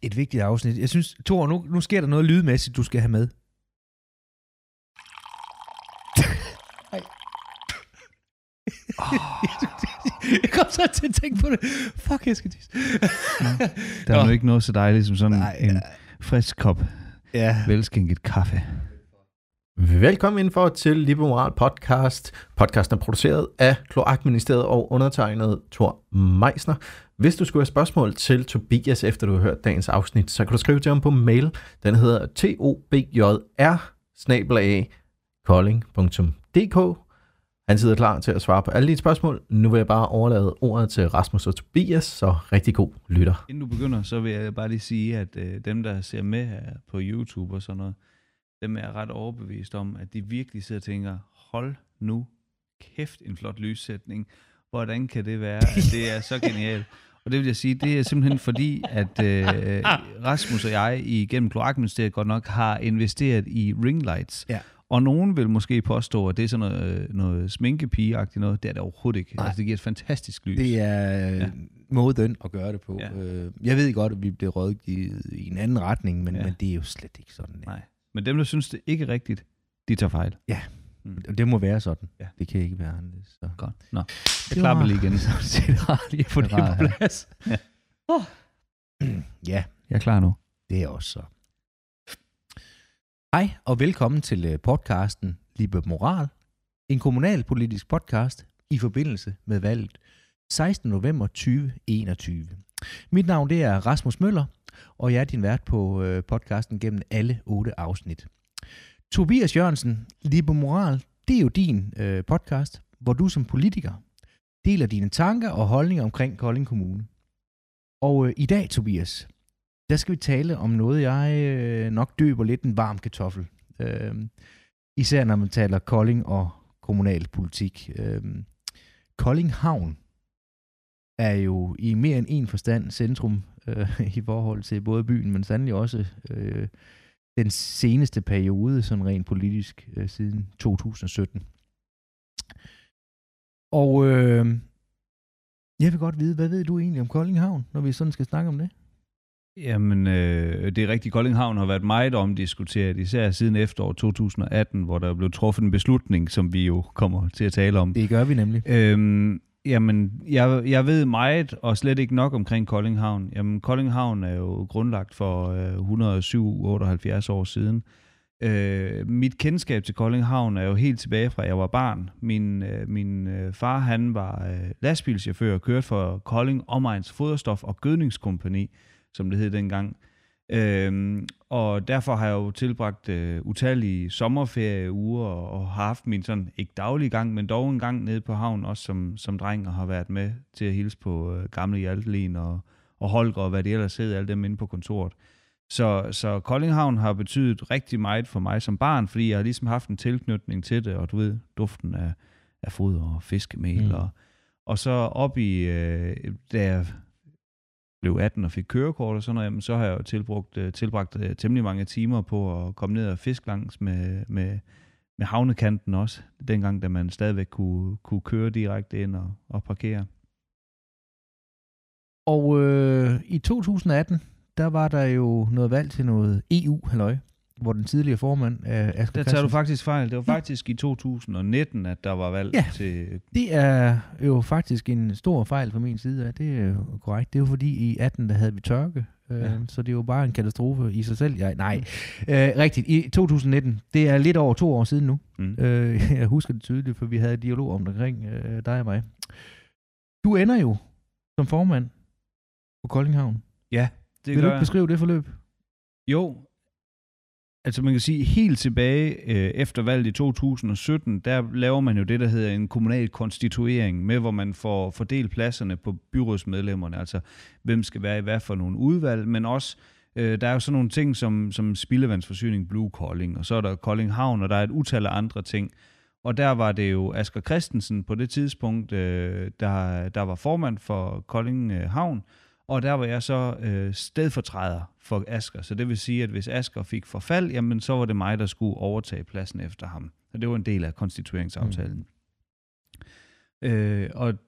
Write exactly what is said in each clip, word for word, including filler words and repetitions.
et vigtigt afsnit. Jeg synes, Thor, nu, nu sker der noget lydmæssigt, du skal have med. Oh. Jeg kom så til at tænke på det. Fuck, jeg skal tisse. Der er jo ikke noget så dejligt som sådan Nej, en ja. frisk kop Ja. velskænket kaffe. Velkommen indenfor til Liebe Moral Podcast. Podcasten er produceret af Kloakministeriet og undertegnet Thor Meisner. Hvis du skulle have spørgsmål til Tobias, efter du har hørt dagens afsnit, så kan du skrive til ham på mail. Den hedder tobjr snabel-a kolding punktum d k. Han sidder klar til at svare på alle dine spørgsmål. Nu vil jeg bare overlade ordet til Rasmus og Tobias, så rigtig god lytter. Inden du begynder, så vil jeg bare lige sige, at øh, dem, der ser med her på YouTube og sådan noget, dem er jeg ret overbevist om, at de virkelig sidder og tænker, hold nu kæft en flot lyssætning. Hvordan kan det være, at det er så genialt? Og det vil jeg sige, det er simpelthen fordi, at øh, Rasmus og jeg igennem Kloakministeriet godt nok har investeret i ringlights. Ja. Og nogen vil måske påstå, at det er sådan noget, noget sminkepige-agtigt noget. Det er det overhovedet ikke. Altså, det giver et fantastisk lys. Det er Ja. måden at gøre det på. Ja. Øh, Jeg ved godt, at vi bliver rådgivet i en anden retning, men, Ja. men det er jo slet ikke sådan. Nej. Men dem, der synes, det ikke er rigtigt, de tager fejl. Mm. Det må være sådan. Ja. Det kan ikke være anderledes. Så. Godt. Nå, jeg Det klapper var- lige igen. Så det er rart lige at få Det det, er rart, på ja. plads. Ja. Oh. Ja, Jeg er klar nu. det er også så. Hej og velkommen til øh, podcasten Liebe Moral, en kommunalpolitisk podcast i forbindelse med valget sekstende november tyve enogtyve. Mit navn det er Rasmus Møller, og jeg er din vært på øh, podcasten gennem alle otte afsnit. Tobias Jørgensen, Liebe Moral, det er jo din øh, podcast, hvor du som politiker deler dine tanker og holdninger omkring Kolding Kommune. Og øh, i dag, Tobias, der skal vi tale om noget, jeg øh, nok døber lidt en varm kartoffel. Øh, især når man taler Kolding og kommunalpolitik. Øh, Kolding Havn er jo i mere end en forstand centrum øh, i forhold til både byen, men sandelig også øh, den seneste periode, sådan rent politisk, øh, siden to tusind og sytten. Og øh, jeg vil godt vide, hvad ved du egentlig om Kolding Havn, når vi sådan skal snakke om det? Jamen, øh, det er rigtigt. Kolding Havn har været meget omdiskuteret, især siden efterår to tusind og atten, hvor der blev truffet en beslutning, som vi jo kommer til at tale om. Det gør vi nemlig. Øhm, jamen, jeg, jeg ved meget, og slet ikke nok omkring Kolding Havn. Jamen, Kolding Havn er jo grundlagt for øh, et hundrede og syv til otteoghalvfjerds år siden. Øh, mit kendskab til Kolding Havn er jo helt tilbage fra, jeg var barn. Min, øh, min øh, far, han var øh, lastbilchauffør og kørte for Kolding Omegns Foderstof- og Gødningskompagni, som det hed dengang. Øhm, og derfor har jeg jo tilbragt øh, utallige sommerferieuger og, og har haft min sådan, ikke daglig gang, men dog en gang nede på havn, også som, som dreng, og har været med til at hilse på øh, gamle Hjaltelin og, og Holger og hvad det ellers hed, alle dem inde på kontoret. Så, så Kolding Havn har betydet rigtig meget for mig som barn, fordi jeg har ligesom haft en tilknytning til det, og du ved, duften af, af foder og fiskemel. Mm. Og, og så op i, øh, da jeg blev atten og fik kørekort og sådan noget, jamen, så har jeg jo tilbrugt, øh, tilbragt øh, temmelig mange timer på at komme ned og fiske langs med, med, med havnekanten også, dengang da man stadigvæk kunne, kunne køre direkte ind og, og parkere. Og øh, i to tusind og atten, der var der jo noget valg til noget E U-halløj, hvor den tidligere formand, øh, Asger Der tager du Christensen, faktisk fejl. Det var faktisk i to tusind og nitten, at der var valg Ja. til... det er jo faktisk en stor fejl fra min side af. Det er jo korrekt. Det er jo fordi i atten, der havde vi tørke, øh, Ja. så det er jo bare en katastrofe i sig selv. Ja, nej, øh, rigtigt. I to tusind nitten, det er lidt over to år siden nu. Mm. Øh, jeg husker det tydeligt, for vi havde dialog om det omkring øh, dig og mig. Du ender jo som formand på Kolding Havn. Ja, det Vil du gør ikke jeg. beskrive det forløb? Jo, altså man kan sige, helt tilbage øh, efter valget i to tusind og sytten, der laver man jo det, der hedder en kommunal konstituering, med hvor man får fordelt pladserne på byrådsmedlemmerne, altså hvem skal være i hvad for nogle udvalg, men også, øh, der er jo sådan nogle ting som, som spildevandsforsyning, Blue Kolding, og så er der Kolding Havn, og der er et utal af andre ting. Og der var det jo Asger Christensen på det tidspunkt, øh, der, der var formand for Kolding øh, Havn, og der var jeg så øh, stedfortræder for Asger. Så det vil sige, at hvis Asger fik forfald, jamen så var det mig, der skulle overtage pladsen efter ham. Og det var en del af konstitueringsaftalen. Mm. Øh, og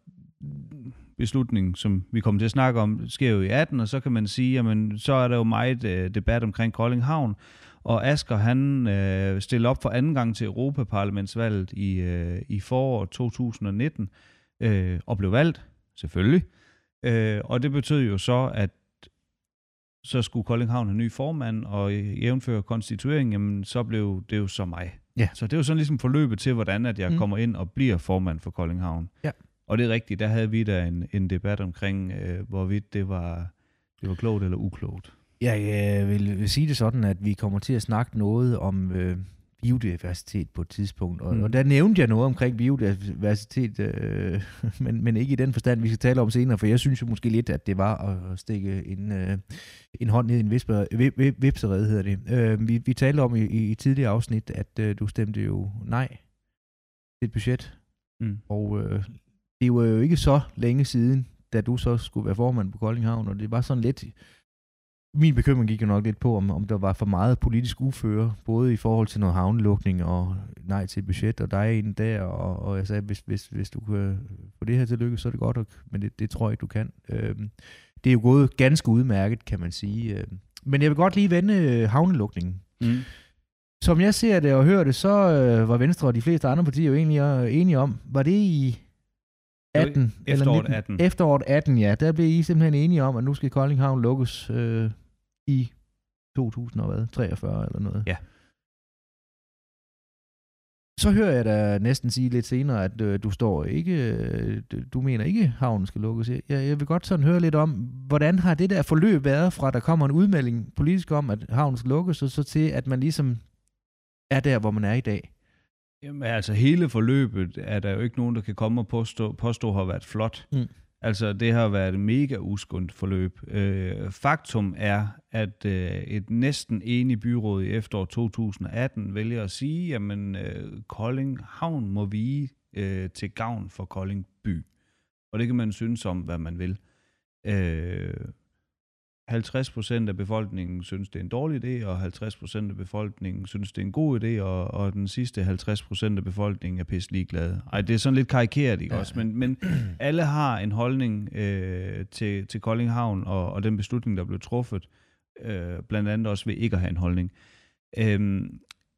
beslutning, som vi kommer til at snakke om, sker jo i atten, og så kan man sige, jamen, så er der jo meget øh, debat omkring Kolding Havn, og Asger, han øh, stillede op for anden gang til Europaparlamentsvalget i, øh, i foråret to tusind og nitten, øh, og blev valgt, selvfølgelig. Øh, og det betød jo så, at så skulle Kolding Havn have ny formand, og jævnføre konstitueringen, jamen, så blev det jo så mig. Ja. Så det er jo sådan ligesom forløbet til, hvordan at jeg mm. kommer ind og bliver formand for Kolding Havn. Ja. Og det er rigtigt, der havde vi da en, en debat omkring, øh, hvorvidt det var, det var klogt eller uklogt. Ja, jeg vil, vil sige det sådan, at vi kommer til at snakke noget om øh, biodiversitet på et tidspunkt. Og, mm. og der nævnte jeg noget omkring biodiversitet, øh, men, men ikke i den forstand, vi skal tale om senere, for jeg synes jo måske lidt, at det var at stikke en, øh, en hånd ned i en vipserede, hedder det. Øh, vi, vi talte om i, i tidligere afsnit, at øh, du stemte jo nej til et budget. Mm. Og øh, det var jo ikke så længe siden, da du så skulle være formand på Kolding Havn, og det var sådan lidt... Min bekymring gik jo nok lidt på, om, om der var for meget politisk uføre, både i forhold til noget havnelukning og nej til budget, og der er en der, og, og jeg sagde, hvis, hvis, hvis du kan få det her til lykke, så er det godt, men det, det tror jeg ikke, du kan. Øhm, det er jo gået ganske udmærket, kan man sige. Øhm, men jeg vil godt lige vende havnelukningen. Mm. Som jeg ser det og hører det, så øh, var Venstre og de fleste andre partier jo egentlig øh, enige om, var det i atten? Efteråret eller atten. Efteråret atten, ja. Der blev I simpelthen enige om, at nu skal Kolding Havn lukkes øh, i to tusind og treogfyrre eller noget. Ja. Så hører jeg da næsten sige lidt senere, at øh, du står ikke, øh, du mener ikke, havnen skal lukkes. Jeg, jeg vil godt sådan høre lidt om, hvordan har det der forløb været fra, der kommer en udmelding politisk om, at havnen skal lukkes, og så til, at man ligesom er der, hvor man er i dag? Jamen altså hele forløbet er der jo ikke nogen, der kan komme og påstå, påstå har været flot. Mm. Altså det har været et mega uskundt forløb. Øh, faktum er, at øh, et næsten enigt byråd i efteråret to tusind og atten vælger at sige, jamen øh, Kolding Havn må vige øh, til gavn for Kolding by. Og det kan man synes om, hvad man vil. Øh, halvtreds procent af befolkningen synes, det er en dårlig idé, og halvtreds procent af befolkningen synes, det er en god idé, og, og den sidste halvtreds procent af befolkningen er pisse ligeglade. Ej, det er sådan lidt karikeret, ikke ja. også? Men, men alle har en holdning øh, til, til Kolding Havn, og, og den beslutning, der blev truffet, øh, blandt andet også ved ikke at have en holdning. Øhm,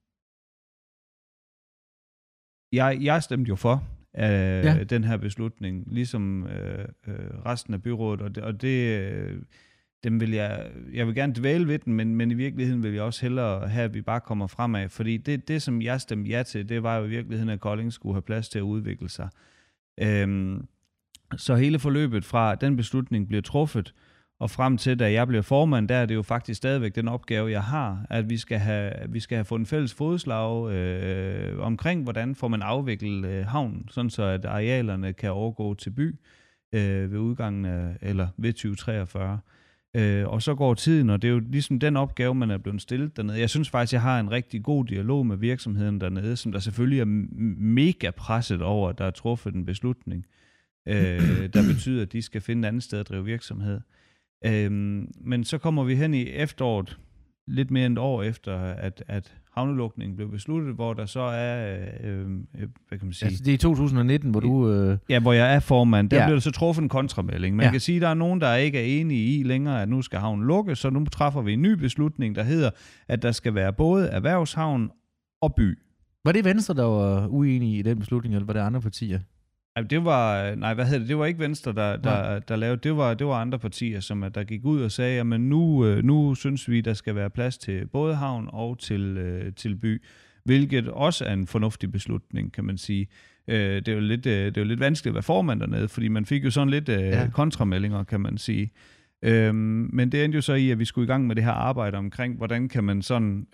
jeg, jeg stemte jo for øh, ja. den her beslutning, ligesom øh, øh, resten af byrådet, og det... Og det øh, Dem vil jeg, jeg vil gerne dvæle ved den, men, men i virkeligheden vil jeg også hellere have, at vi bare kommer fremad. Fordi det, det, som jeg stemte ja til, det var jo i virkeligheden, at Kolding skulle have plads til at udvikle sig. Øhm, så hele forløbet fra den beslutning bliver truffet, og frem til, da jeg bliver formand, der er det jo faktisk stadigvæk den opgave, jeg har, at vi skal have, vi skal have fundet fælles fodslag øh, omkring, hvordan får man afviklet øh, havnen, sådan så at arealerne kan overgå til by øh, ved udgangen af, eller ved tyve treogfyrre. Øh, og så går tiden, og det er jo ligesom den opgave, man er blevet stillet dernede. Jeg synes faktisk, jeg har en rigtig god dialog med virksomheden dernede, som der selvfølgelig er mega presset over, at der er truffet en beslutning, øh, der betyder, at de skal finde et andet sted at drive virksomhed. Øh, men så kommer vi hen i efteråret, lidt mere end et år efter, at, at havnelukningen blev besluttet, hvor der så er, øh, hvad kan man sige? Altså det er i to tusind og nitten, hvor du... Øh... Ja, hvor jeg er formand. Der ja. blev der så truffet en kontramelding. Man ja. kan sige, at der er nogen, der ikke er enige i længere, at nu skal havnen lukkes, så nu træffer vi en ny beslutning, der hedder, at der skal være både erhvervshavn og by. Var det Venstre, der var uenige i den beslutning, eller var det andre partier? Det var, nej, hvad hedder det? Det var ikke Venstre, der, der, der lavede. Det var, det var andre partier, som der gik ud og sagde, at nu, nu synes vi, der skal være plads til både havn og til, til by, hvilket også er en fornuftig beslutning, kan man sige. Det er jo lidt, det er jo lidt vanskeligt at være formand dernede, fordi man fik jo sådan lidt ja. kontrameldinger, kan man sige. Men det endte jo så i, at vi skulle i gang med det her arbejde omkring, hvordan kan man sådan...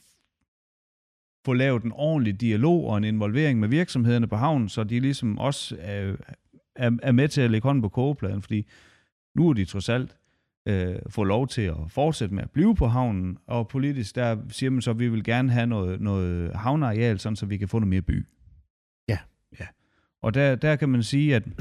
få lavet en ordentlig dialog og en involvering med virksomhederne på havnen, så de ligesom også er, er, er med til at lægge hånden på kogepladen, fordi nu er de trods alt øh, få lov til at fortsætte med at blive på havnen, og politisk der siger man så, at vi vil gerne have noget, noget havneareal, sådan så vi kan få noget mere by. Ja. ja. Og der, der kan man sige, at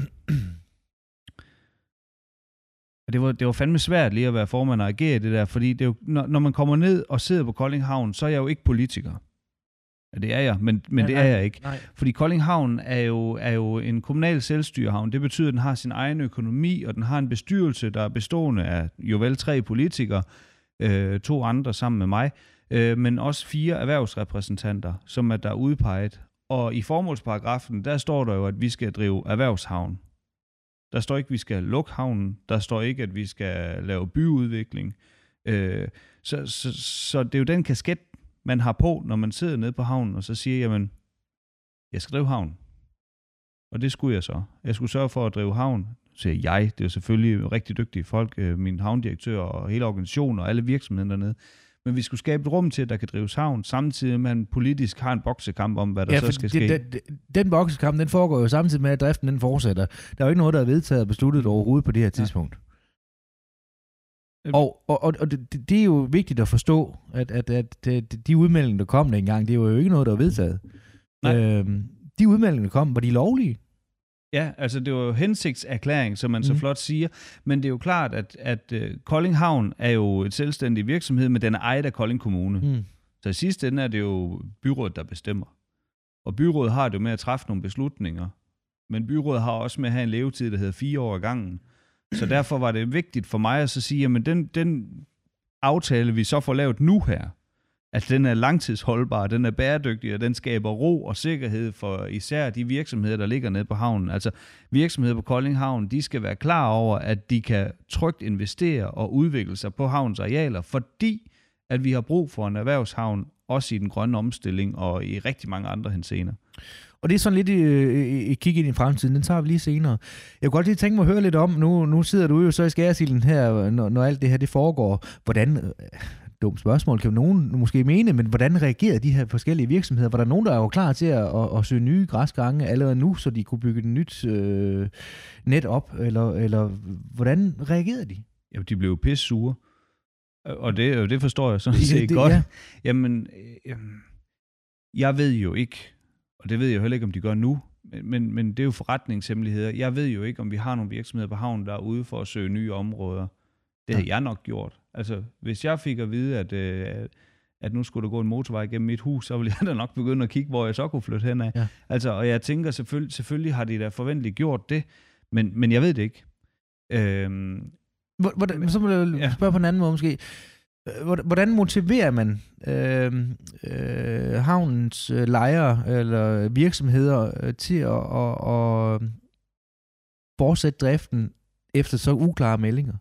det var, det var fandme svært lige at være formand og agere i det der, fordi det er jo, når, når man kommer ned og sidder på Kolding Havn, så er jeg jo ikke politiker. Ja, det er jeg, men, men ja, det nej, er jeg ikke. Nej. Fordi Kolding Havn er jo, er jo en kommunal selvstyrehavn. Det betyder, at den har sin egen økonomi, og den har en bestyrelse, der er bestående af jo vel tre politikere, øh, to andre sammen med mig, øh, men også fire erhvervsrepræsentanter, som er der udpeget. Og i formålsparagrafen, der står der jo, at vi skal drive erhvervshavn. Der står ikke, at vi skal lukke havnen. Der står ikke, at vi skal lave byudvikling. Øh, så, så, så det er jo den kasket, man har på, når man sidder nede på havnen, og så siger, jamen, jeg skal drive havn. Og det skulle jeg så. Jeg skulle sørge for at drive havn. Så siger jeg, det er jo selvfølgelig rigtig dygtige folk, min havndirektør og hele organisationen og alle virksomheder dernede. Men vi skulle skabe et rum til, at der kan drives havn, samtidig med, at man politisk har en boksekamp om, hvad der ja, så skal ske. Den, den, den boksekamp, den foregår jo samtidig med, at driften den fortsætter. Der er jo ikke noget, der er vedtaget og besluttet overhovedet på det her tidspunkt. Ja. Og, og, og det, det er jo vigtigt at forstå, at, at, at, at de udmeldinger, der kom dengang, det var jo ikke noget, der var vedtaget. Øhm, de udmeldinger, der kom, var de lovlige? Ja, altså det var jo hensigtserklæring, som man mm. så flot siger, men det er jo klart, at, at uh, Kolding Havn er jo et selvstændig virksomhed, men den er ejet af Kolding Kommune. Mm. Så i sidste ende er det jo byrådet, der bestemmer. Og byrådet har det jo med at træffe nogle beslutninger, men byrådet har også med at have en levetid, der hedder fire år ad gangen. Så derfor var det vigtigt for mig at så sige, jamen den, den aftale, vi så får lavet nu her, at den er langtidsholdbar, den er bæredygtig, og den skaber ro og sikkerhed for især de virksomheder, der ligger nede på havnen. Altså virksomheder på Kolding Havn, de skal være klar over, at de kan trygt investere og udvikle sig på havns arealer, fordi at vi har brug for en erhvervshavn, også i den grønne omstilling og i rigtig mange andre henseender. Og det er sådan lidt et kig ind i fremtiden, den tager vi lige senere. Jeg kunne godt lige tænke mig at høre lidt om, nu, nu sidder du jo så i skæresilden her, når, når alt det her det foregår. Hvordan, dumt spørgsmål, kan nogen måske mene, men hvordan reagerede de her forskellige virksomheder? Var der nogen, der var klar til at, at, at søge nye græsgange allerede nu, så de kunne bygge et nyt øh, net op, eller, eller hvordan reagerede de? Jamen, de blev pisse sure. Og det, det forstår jeg sådan set det, godt. Ja. Jamen, øh, jeg ved jo ikke, og det ved jeg jo heller ikke, om de gør nu, men, men det er jo forretningshemmeligheder. Jeg ved jo ikke, om vi har nogle virksomheder på havnen, der er ude for at søge nye områder. Det har ja. jeg nok gjort. Altså, hvis jeg fik at vide, at, øh, at nu skulle der gå en motorvej gennem mit hus, så ville jeg da nok begynde at kigge, hvor jeg så kunne flytte hen af. Ja. Altså, og jeg tænker, selvfølgelig, selvfølgelig har de da forventeligt gjort det, men, men jeg ved det ikke. Øhm, Hvordan, så må jeg spørge på en anden måde måske. Hvordan motiverer man øh, øh, havnens øh, lejere eller virksomheder øh, til at, at, at fortsætte driften efter så uklare meldinger?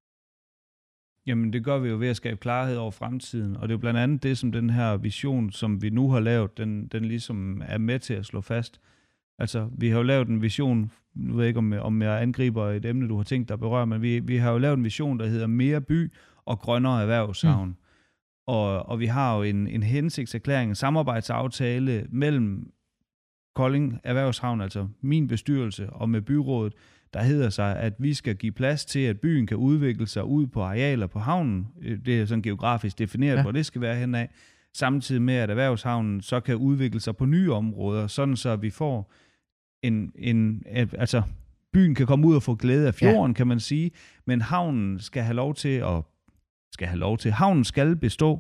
Jamen det gør vi jo ved at skabe klarhed over fremtiden, og det er jo blandt andet det, som den her vision, som vi nu har lavet, den, den ligesom er med til at slå fast. Altså, vi har jo lavet en vision, nu ved jeg ikke, om jeg, om jeg angriber et emne, du har tænkt dig at berøre, men vi, vi har jo lavet en vision, der hedder mere by og grønnere erhvervshavn. Mm. Og, og vi har jo en, en hensigtserklæring, en samarbejdsaftale mellem Kolding Erhvervshavn, altså min bestyrelse, og med byrådet, der hedder sig, at vi skal give plads til, at byen kan udvikle sig ud på arealer på havnen. Det er sådan geografisk defineret, ja. hvor det skal være henad. Samtidig med, at erhvervshavnen så kan udvikle sig på nye områder, sådan så vi får en, en altså byen kan komme ud og få glæde af fjorden, ja. kan man sige, men havnen skal have lov til at skal have lov til. Havnen skal bestå.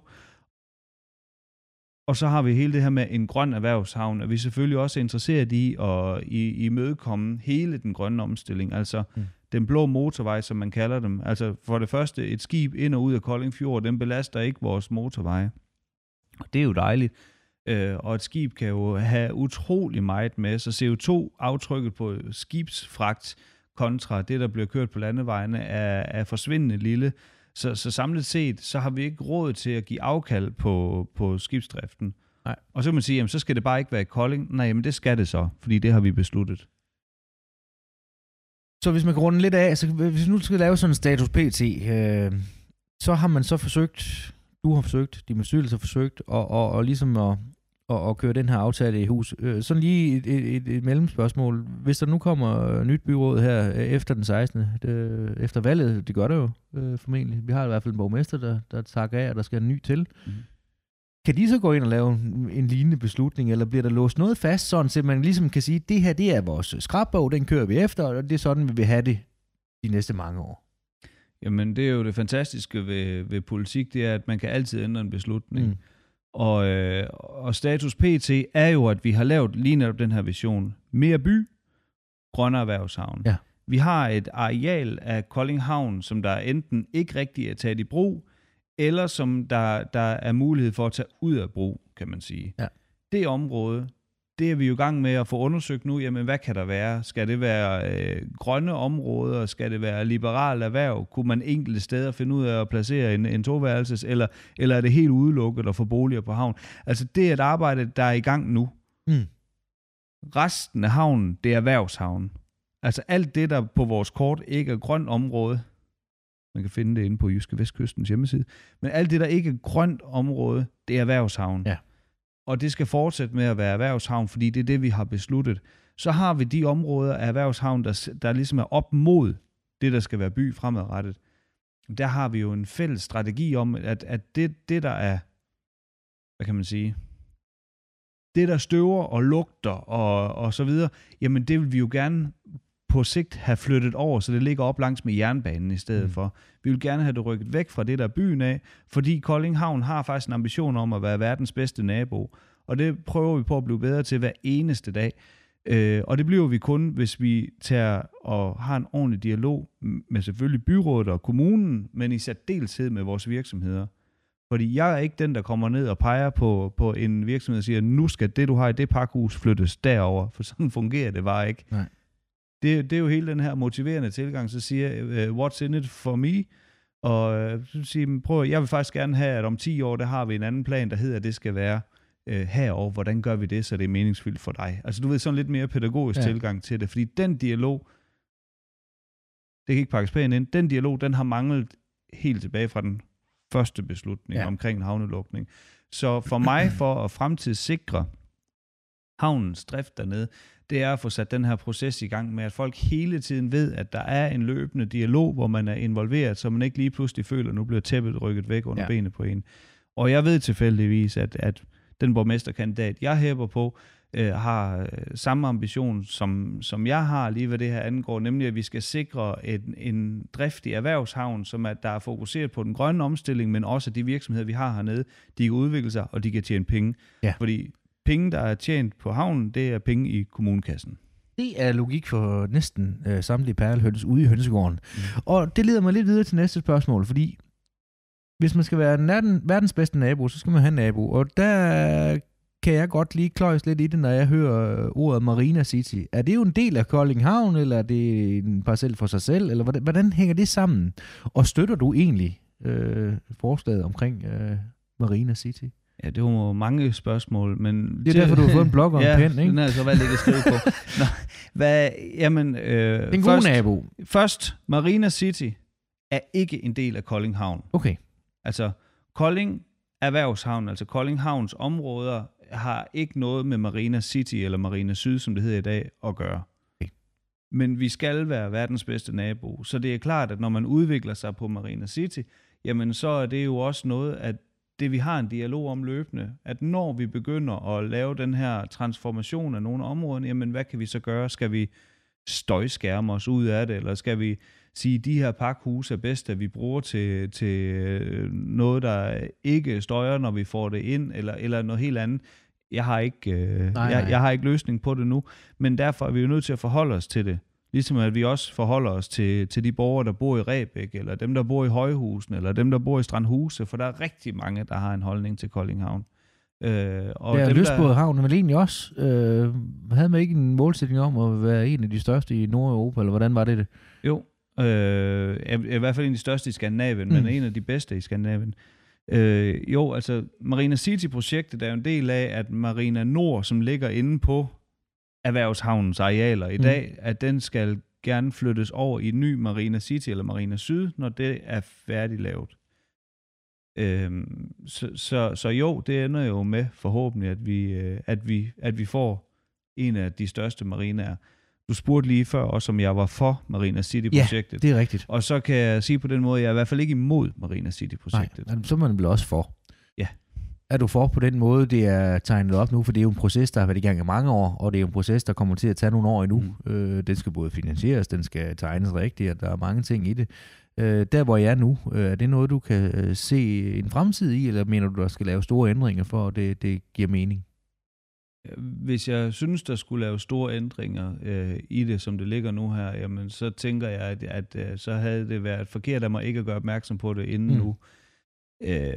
Og så har vi hele det her med en grøn erhvervshavn, og vi er selvfølgelig også interesseret i at i, imødekomme hele den grønne omstilling, altså mm. den blå motorvej, som man kalder dem. Altså for det første, et skib ind og ud af Kolding Fjord, den belaster ikke vores motorveje. Det er jo dejligt. Øh, og et skib kan jo have utrolig meget med, så C O to aftrykket på skibsfragt kontra det, der bliver kørt på landevejene, er, er forsvindende lille. Så, så samlet set, så har vi ikke råd til at give afkald på, på skibsdriften. Nej. Og så kan man sige, jamen, så skal det bare ikke være i Kolding. Nej, men det skal det så, fordi det har vi besluttet. Så hvis man kan runde lidt af, så hvis nu skal lave sådan en status P T, øh, så har man så forsøgt, du har forsøgt, din bestyrelse har forsøgt, og, og, og ligesom at, og, og køre den her aftale i hus. Øh, sådan lige et, et, et, et mellemspørgsmål. Hvis der nu kommer nyt byråd her efter den sekstende Det, efter valget, det gør det jo øh, formentlig. Vi har i hvert fald en borgmester, der, der takker af, og der skal en ny til. Mm. Kan de så gå ind og lave en, en lignende beslutning, eller bliver der låst noget fast, sådan så man ligesom kan sige, det her det er vores skrabbog, den kører vi efter, og det er sådan, vi vil have det de næste mange år? Jamen, det er jo det fantastiske ved, ved politik, det er, at man kan altid ændre en beslutning. Mm. Og, øh, og status P T er jo, at vi har lavet lige netop den her vision. Mere by, grønnere erhvervshavn. Ja. Vi har et areal af Kolding Havn, som der enten ikke rigtig er taget i brug, eller som der, der er mulighed for at tage ud af brug, kan man sige. Ja. Det område, det er vi jo i gang med at få undersøgt nu. Jamen, hvad kan der være? Skal det være øh, grønne områder? Skal det være liberal erhverv? Kunne man enkelte steder finde ud af at placere en, en toværelses? Eller, eller er det helt udelukket at få boliger på havn? Altså, det er et arbejde, der er i gang nu. Mm. Resten af havnen, det er erhvervshavn. Altså alt det, der på vores kort ikke er grønt område, man kan finde det inde på Jyske Vestkystens hjemmeside, men alt det, der ikke er grønt område, det er erhvervshavn. Ja. Og det skal fortsætte med at være erhvervshavn, fordi det er det, vi har besluttet. Så har vi de områder af erhvervshavn, der, der ligesom er op mod det, der skal være by fremadrettet. Der har vi jo en fælles strategi om, at, at det, det, der er, hvad kan man sige, det, der støver og lugter og, og så videre, jamen det vil vi jo gerne på sigt have flyttet over, så det ligger op langs med jernbanen i stedet mm. for. Vi vil gerne have det rykket væk fra det, der er byen af, fordi Kolding Havn har faktisk en ambition om at være verdens bedste nabo, og det prøver vi på at blive bedre til hver eneste dag. Øh, og det bliver vi kun, hvis vi tager og har en ordentlig dialog med selvfølgelig byrådet og kommunen, men i særdeleshed med vores virksomheder. Fordi jeg er ikke den, der kommer ned og peger på, på en virksomhed og siger, nu skal det, du har i det pakhus, flyttes derover, for sådan fungerer det bare ikke. Nej. Det, det er jo hele den her motiverende tilgang, så siger uh, what's in it for me? Og uh, så siger, prøv, jeg vil faktisk gerne have, at om ti år, der har vi en anden plan, der hedder, at det skal være uh, herover. Hvordan gør vi det, så det er meningsfyldt for dig? Altså du ved, sådan lidt mere pædagogisk ja. tilgang til det, fordi den dialog, det kan ikke pakkes pænt ind, den dialog, den har manglet helt tilbage fra den første beslutning ja. omkring en havnelukning. Så for mig, for at fremtidssikre havnens drift dernede, det er at få sat den her proces i gang med, at folk hele tiden ved, at der er en løbende dialog, hvor man er involveret, så man ikke lige pludselig føler, at nu bliver tæppet rykket væk under ja. benet på en. Og jeg ved tilfældigvis, at, at den borgmesterkandidat, jeg hæber på, øh, har samme ambition, som, som jeg har lige hvad det her angår, nemlig at vi skal sikre en, en driftig erhvervshavn, som at der er fokuseret på den grønne omstilling, men også de virksomheder, vi har hernede, de kan udvikle sig, og de kan tjene penge. Ja. Fordi penge, der er tjent på havnen, det er penge i kommunekassen. Det er logik for næsten øh, samtlige perlehøns ude i hønsegården. Mm. Og det leder mig lidt videre til næste spørgsmål, fordi hvis man skal være den, verdens bedste nabo, så skal man have en nabo. Og der kan jeg godt lige kløjes lidt i det, når jeg hører ordet Marina City. Er det jo en del af Kolding Havn, eller er det en parcel for sig selv? Eller hvordan, hvordan hænger det sammen? Og støtter du egentlig øh, forslaget omkring øh, Marina City? Ja, det var mange spørgsmål, men... Det er derfor, du har fået en blog og ja, en pen, ikke? Ja, den er så valgt ikke at skrive på. Nå, hvad, jamen... Øh, en først, god nabo. Først, Marina City er ikke en del af Kolding Havn. Okay. Altså, Kolding Erhvervshavn, altså Kolding Havns områder, har ikke noget med Marina City eller Marina Syd, som det hedder i dag, at gøre. Okay. Men vi skal være verdens bedste nabo. Så det er klart, at når man udvikler sig på Marina City, jamen så er det jo også noget, at det vi har en dialog om løbende, at når vi begynder at lave den her transformation af nogle områder, jamen hvad kan vi så gøre? Skal vi støjskærme os ud af det, eller skal vi sige, at de her pakhuse er bedst, at vi bruger til, til noget, der ikke støjer, når vi får det ind, eller, eller noget helt andet? Jeg har, ikke, øh, nej, jeg, nej. jeg har ikke løsning på det nu, men derfor er vi jo nødt til at forholde os til det. Ligesom at vi også forholder os til, til de borgere, der bor i Rebæk, eller dem, der bor i Højhusen, eller dem, der bor i Strandhuse, for der er rigtig mange, der har en holdning til Kolding Havn. Øh, og ja, dem, Lystbåd Havn er vel egentlig også, øh, havde man ikke en målsætning om at være en af de største i Nordeuropa, eller hvordan var det det? Jo, øh, i hvert fald en af de største i Skandinavien, mm. men en af de bedste i Skandinavien. Øh, jo, altså Marina City-projektet er jo en del af, at Marina Nord, som ligger inde på erhvervshavnens arealer i dag, mm. at den skal gerne flyttes over i en ny Marina City eller Marina Syd, når det er færdiglavet. Øhm, så, så, så jo, det ender jo med forhåbentlig, at vi, at vi, at vi får en af de største marinaer. Du spurgte lige før også, om jeg var for Marina City-projektet. Ja, det er rigtigt. Og så kan jeg sige på den måde, at jeg er i hvert fald ikke imod Marina City-projektet. Nej, så er man vel også for. Ja. Er du for på den måde, det er tegnet op nu? For det er jo en proces, der har været i gang i mange år, og det er jo en proces, der kommer til at tage nogle år endnu. Mm. Øh, den skal både finansieres, den skal tegnes rigtigt, og der er mange ting i det. Øh, der, hvor jeg er nu, øh, er det noget, du kan øh, se en fremtid i, eller mener du, der skal lave store ændringer, for at det, det giver mening? Hvis jeg synes, der skulle lave store ændringer øh, i det, som det ligger nu her, jamen, så tænker jeg, at, at, at så havde det været forkert af mig ikke at gøre opmærksom på det inden mm. nu. Øh,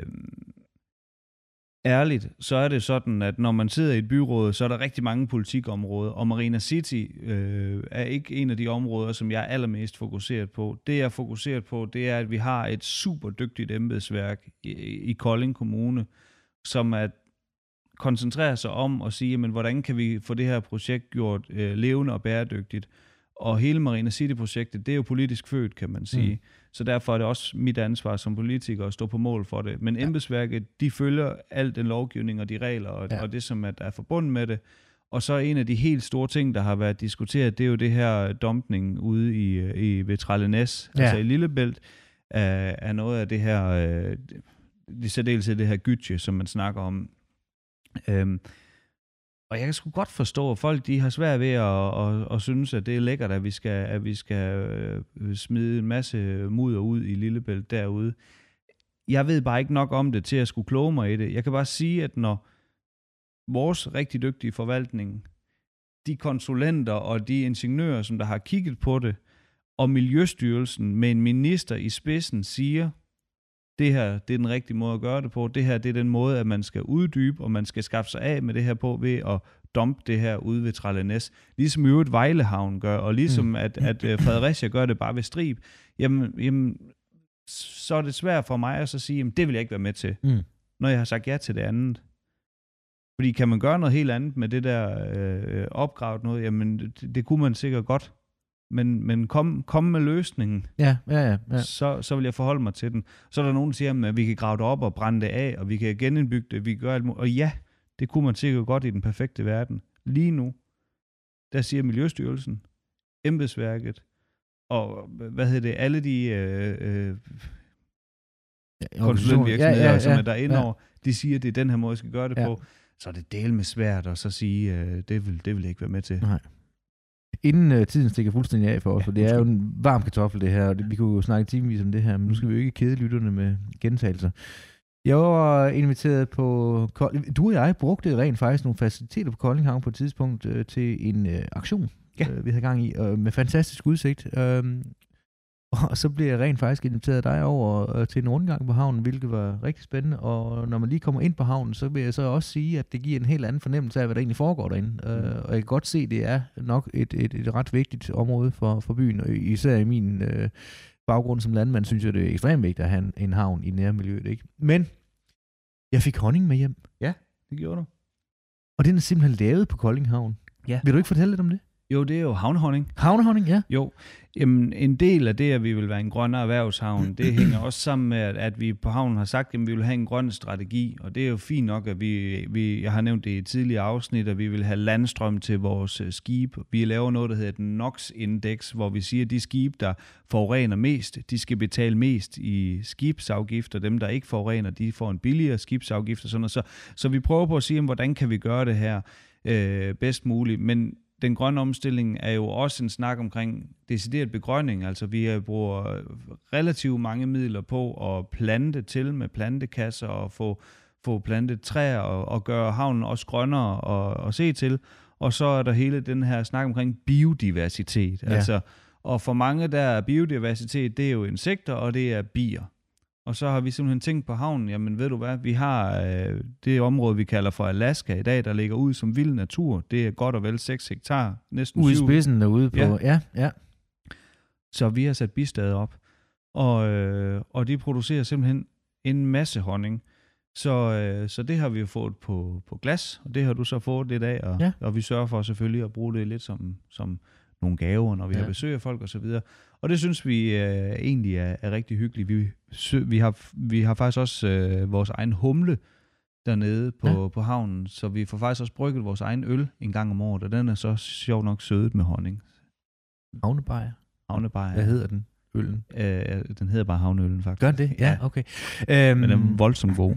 ærligt, så er det sådan, at når man sidder i et byråd, så er der rigtig mange politikområder, og Marina City øh, er ikke en af de områder, som jeg er allermest fokuseret på. Det, jeg er fokuseret på, det er, at vi har et super dygtigt embedsværk i, i Kolding Kommune, som er koncentrerer sig om at sige, men hvordan kan vi få det her projekt gjort øh, levende og bæredygtigt? Og hele Marina City-projektet, det er jo politisk født, kan man sige. Mm. Så derfor er det også mit ansvar som politiker at stå på mål for det. Men ja. embedsværket, de følger al den lovgivning og de regler, og, ja. og det, som er, der er forbundet med det. Og så en af de helt store ting, der har været diskuteret, det er jo det her dumpning ude i, i ved Trællenæs, ja. altså i Lillebælt, er, er noget af det her, øh, i særdeleshed det her gytje, som man snakker om. Øhm, og jeg kan sgu godt forstå, at folk de har svært ved at, at, at, at synes, at det er lækkert, at vi skal, at vi skal øh, smide en masse mudder ud i Lillebælt derude. Jeg ved bare ikke nok om det til at skulle kloge mig i det. Jeg kan bare sige, at når vores rigtig dygtige forvaltning, de konsulenter og de ingeniører, som der har kigget på det, og Miljøstyrelsen med en minister i spidsen siger, det her, det er den rigtige måde at gøre det på. Det her, det er den måde, at man skal uddybe, og man skal skaffe sig af med det her på ved at dumpe det her ude ved Trællenæs. Ligesom i øvrigt Vejlehavn gør, og ligesom mm. at, at Fredericia gør det bare ved Strib. Jamen, jamen, så er det svært for mig at så sige, jamen, det vil jeg ikke være med til, mm. når jeg har sagt ja til det andet. Fordi kan man gøre noget helt andet med det der øh, opgravet noget, jamen det, det kunne man sikkert godt. Men, men kom, kom med løsningen, ja, ja, ja, ja. Så, så vil jeg forholde mig til den. Så er der nogen, der siger, at vi kan grave det op og brænde det af, og vi kan genindbygge det, vi kan gøre alt muligt. Og ja, det kunne man sikkert godt i den perfekte verden. Lige nu, der siger Miljøstyrelsen, embedsværket, og hvad hedder det, alle de øh, øh, konsulentvirksomheder, ja, ja, ja, som er derinde ja. over, de siger, at det er den her måde, jeg skal gøre det ja. på. Så er det del med svært at så sige, øh, det, vil, det vil jeg ikke være med til. Nej. Inden uh, tiden stikker fuldstændig af for os, ja, for det er jo en varm kartoffel det her, og det, vi kunne jo snakke timevis om det her, men nu skal vi jo ikke kede lytterne med gentagelser. Jeg var inviteret på, du og jeg brugte rent faktisk nogle faciliteter på Kolding Havn på et tidspunkt uh, til en uh, aktion, ja. uh, vi havde gang i, uh, med fantastisk udsigt. Uh, og så blev jeg rent faktisk inviteret af dig over uh, til en rundgang på havnen, hvilket var rigtig spændende, og når man lige kommer ind på havnen, så vil jeg så også sige, at det giver en helt anden fornemmelse af, hvad der egentlig foregår derinde. Mm. Uh, og jeg kan godt se, at det er nok et, et, et ret vigtigt område for, for byen, og især i min uh, baggrund som landmand, synes jeg, det er ekstremt vigtigt at have en, en havn i nærmiljøet, ikke? Men jeg fik honning med hjem. Ja, det gjorde du. Og den er simpelthen lavet på Kolding Havn. Ja. Vil du ikke fortælle lidt om det? Jo, det er jo havnehonning. Havnehonning, ja. Jo, jamen, en del af det, at vi vil være en grønnere erhvervshavn, det hænger også sammen med, at vi på havnen har sagt, at vi vil have en grøn strategi, og det er jo fint nok, at vi, vi jeg har nævnt det i et tidligere afsnit, at vi vil have landstrøm til vores skib. Vi laver noget, der hedder et N O X-indeks, hvor vi siger, at de skib, der forurener mest, de skal betale mest i skibsafgifter. Dem, der ikke forurener, de får en billigere skibsafgift og sådan noget. Så, så vi prøver på at sige, hvordan kan vi gøre det her øh, bedst muligt, men den grønne omstilling er jo også en snak omkring decideret begrønning. Altså vi bruger relativt mange midler på at plante til med plantekasser og få, få plantet træer og, og gøre havnen også grønnere og, og se til. Og så er der hele den her snak omkring biodiversitet. Ja. Altså, og for mange der er biodiversitet, det er jo insekter og det er bier. Og så har vi simpelthen tænkt på havnen, jamen ved du hvad, vi har øh, det område, vi kalder for Alaska i dag, der ligger ud som vild natur. Det er godt og vel seks hektar, næsten ude i spidsen derude på, ja. ja, ja. Så vi har sat bistader op, og, øh, og de producerer simpelthen en masse honning. Så, øh, så det har vi jo fået på, på glas, og det har du så fået lidt af, og, ja. og vi sørger for selvfølgelig at bruge det lidt som, som nogle gaver, når vi ja. har besøg af folk og så videre. Og det synes vi øh, egentlig er, er rigtig hyggeligt. Vi, vi, har, vi har faktisk også øh, vores egen humle dernede på, ja. på havnen, så vi får faktisk også brygget vores egen øl en gang om året, og den er så sjov nok sødet med honning. Havnebajer? Havnebajer. Hvad hedder den? Øllen? Øh, den hedder bare havneøllen, faktisk. Gør det? Ja, okay. Um, Men den er voldsomt god.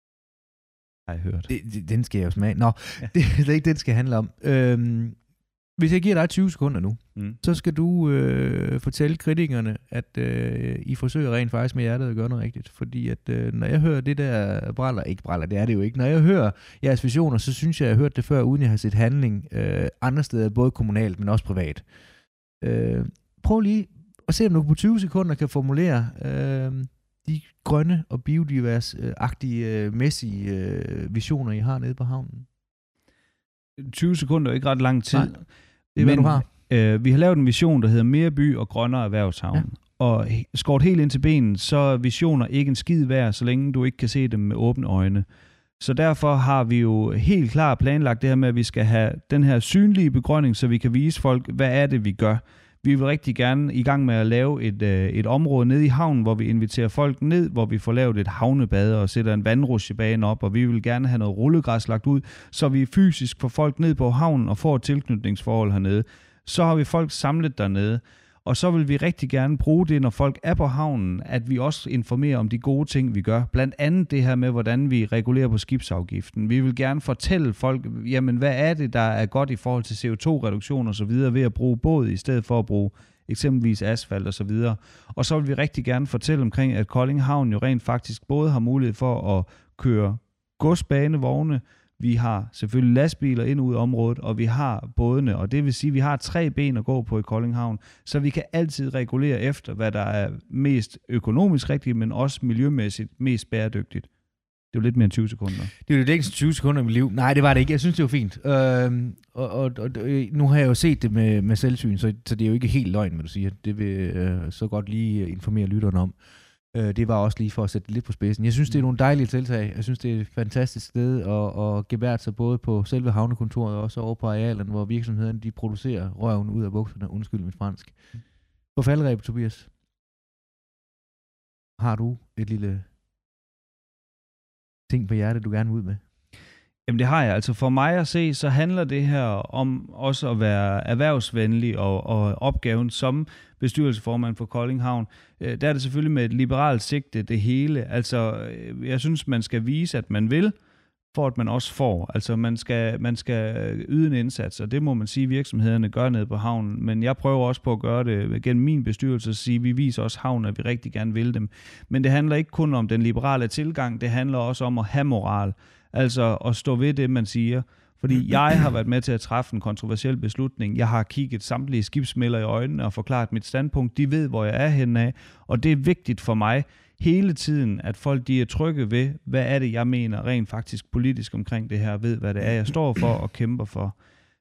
Har jeg hørt. Det, det, den skal jeg jo smage. Nå, ja. det, det er ikke det, det skal handle om. Øhm, Hvis jeg giver dig tyve sekunder nu, Mm. så skal du øh, fortælle kritikerne, at øh, I forsøger rent faktisk med hjertet at gøre noget rigtigt. Fordi at øh, når jeg hører det der bræller, ikke bræller, det er det jo ikke. Når jeg hører jeres visioner, så synes jeg, jeg har hørt det før, uden jeg har set handling øh, andre steder, både kommunalt, men også privat. Øh, prøv lige at se, om du på tyve sekunder kan formulere øh, de grønne og biodivers-agtige, øh, mæssige øh, visioner, I har nede på havnen. tyve sekunder er ikke ret lang tid. Nej, det er, hvad men, du har. Øh, vi har lavet en vision, der hedder Mere by og grønnere erhvervshavn. Ja. Og skåret helt ind til benen, så er visioner ikke en skid værd, så længe du ikke kan se dem med åbne øjne. Så derfor har vi jo helt klart planlagt det her med, at vi skal have den her synlige begrønning, så vi kan vise folk, hvad er det, vi gør. Vi vil rigtig gerne i gang med at lave et, øh, et område nede i havnen, hvor vi inviterer folk ned, hvor vi får lavet et havnebad og sætter en vandrutsjebane op, og vi vil gerne have noget rullegræs lagt ud, så vi fysisk får folk ned på havnen og får et tilknytningsforhold hernede. Så har vi folk samlet dernede, og så vil vi rigtig gerne bruge det, når folk er på havnen, at vi også informerer om de gode ting, vi gør. Blandt andet det her med, hvordan vi regulerer på skibsafgiften. Vi vil gerne fortælle folk, jamen hvad er det, der er godt i forhold til C O to reduktion og så videre, ved at bruge båd i stedet for at bruge eksempelvis asfalt og så videre. Og så vil vi rigtig gerne fortælle omkring, at Kolding Havn jo rent faktisk både har mulighed for at køre godsbanevogne, vi har selvfølgelig lastbiler ind ud af området, og vi har bådene, og det vil sige, at vi har tre ben at gå på i Kolding Havn, så vi kan altid regulere efter, hvad der er mest økonomisk rigtigt, men også miljømæssigt mest bæredygtigt. Det er jo lidt mere end tyve sekunder. Det er jo det længste tyve sekunder i mit liv. Nej, det var det ikke. Jeg synes, det var fint. Øhm, og, og, og nu har jeg jo set det med, med selvsyn, så, så det er jo ikke helt løgn, hvad du siger. Det vil øh, så godt lige informere lytterne om. Øh, det var også lige for at sætte det lidt på spidsen. Jeg synes, det er nogle dejlige tiltag. Jeg synes, det er et fantastisk sted at, at gebære sig både på selve havnekontoret og også over på arealerne, hvor virksomhederne de producerer røven ud af bukserne. Undskyld mit fransk. På faldrebet, Tobias, har du et lille ting på hjertet, du gerne vil ud med? Jamen det har jeg. Altså for mig at se, så handler det her om også at være erhvervsvenlig, og, og opgaven som bestyrelsesformand for Kolding Havn, øh, der er det selvfølgelig med et liberalt sigte det hele. Altså øh, jeg synes, man skal vise, at man vil, for at man også får. Altså man skal, man skal yde en indsats, og det må man sige, virksomhederne gør nede på havnen. Men jeg prøver også på at gøre det gennem min bestyrelse, at sige, at vi viser også havnen, at vi rigtig gerne vil dem. Men det handler ikke kun om den liberale tilgang, det handler også om at have moral. Altså at stå ved det, man siger. Fordi jeg har været med til at træffe en kontroversiel beslutning. Jeg har kigget samtlige skibsmæller i øjnene og forklaret mit standpunkt. De ved, hvor jeg er henne af. Og det er vigtigt for mig hele tiden, at folk de er trygge ved, hvad er det, jeg mener rent faktisk politisk omkring det her, ved, hvad det er, jeg står for og kæmper for.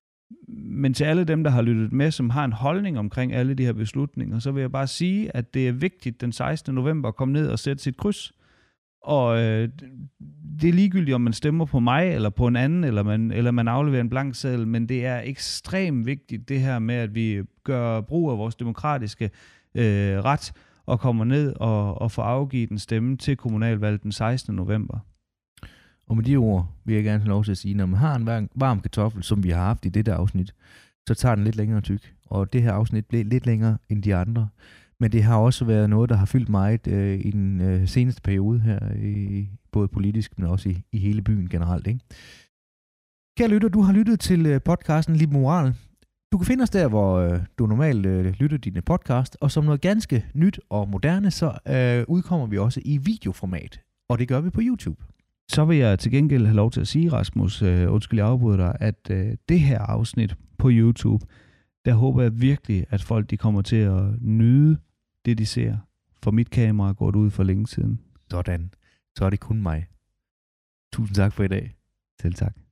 Men til alle dem, der har lyttet med, som har en holdning omkring alle de her beslutninger, så vil jeg bare sige, at det er vigtigt den sekstende november at komme ned og sætte sit kryds. Og øh, det er ligegyldigt, om man stemmer på mig eller på en anden, eller man, eller man afleverer en blank seddel, men det er ekstremt vigtigt det her med, at vi gør brug af vores demokratiske øh, ret og kommer ned og, og får afgivet en stemme til kommunalvalget den sekstende november. Og med de ord vil jeg gerne have lov til at sige, når man har en varm kartoffel, som vi har haft i dette afsnit, så tager den lidt længere tyk. Og det her afsnit blev lidt længere end de andre. Men det har også været noget, der har fyldt meget øh, i den øh, seneste periode her, i, både politisk, men også i, i hele byen generelt. Ikke? Kære lytter, du har lyttet til øh, podcasten Liebe Moral. Du kan finde os der, hvor øh, du normalt øh, lytter dine podcast, og som noget ganske nyt og moderne, så øh, udkommer vi også i videoformat, og det gør vi på YouTube. Så vil jeg til gengæld have lov til at sige, Rasmus, øh, undskyld jeg afbryder dig, at øh, det her afsnit på YouTube, der håber jeg virkelig, at folk de kommer til at nyde det, de ser. For mit kamera går det ud for længe siden. Sådan. Så er det kun mig. Tusind tak for i dag. Selv tak.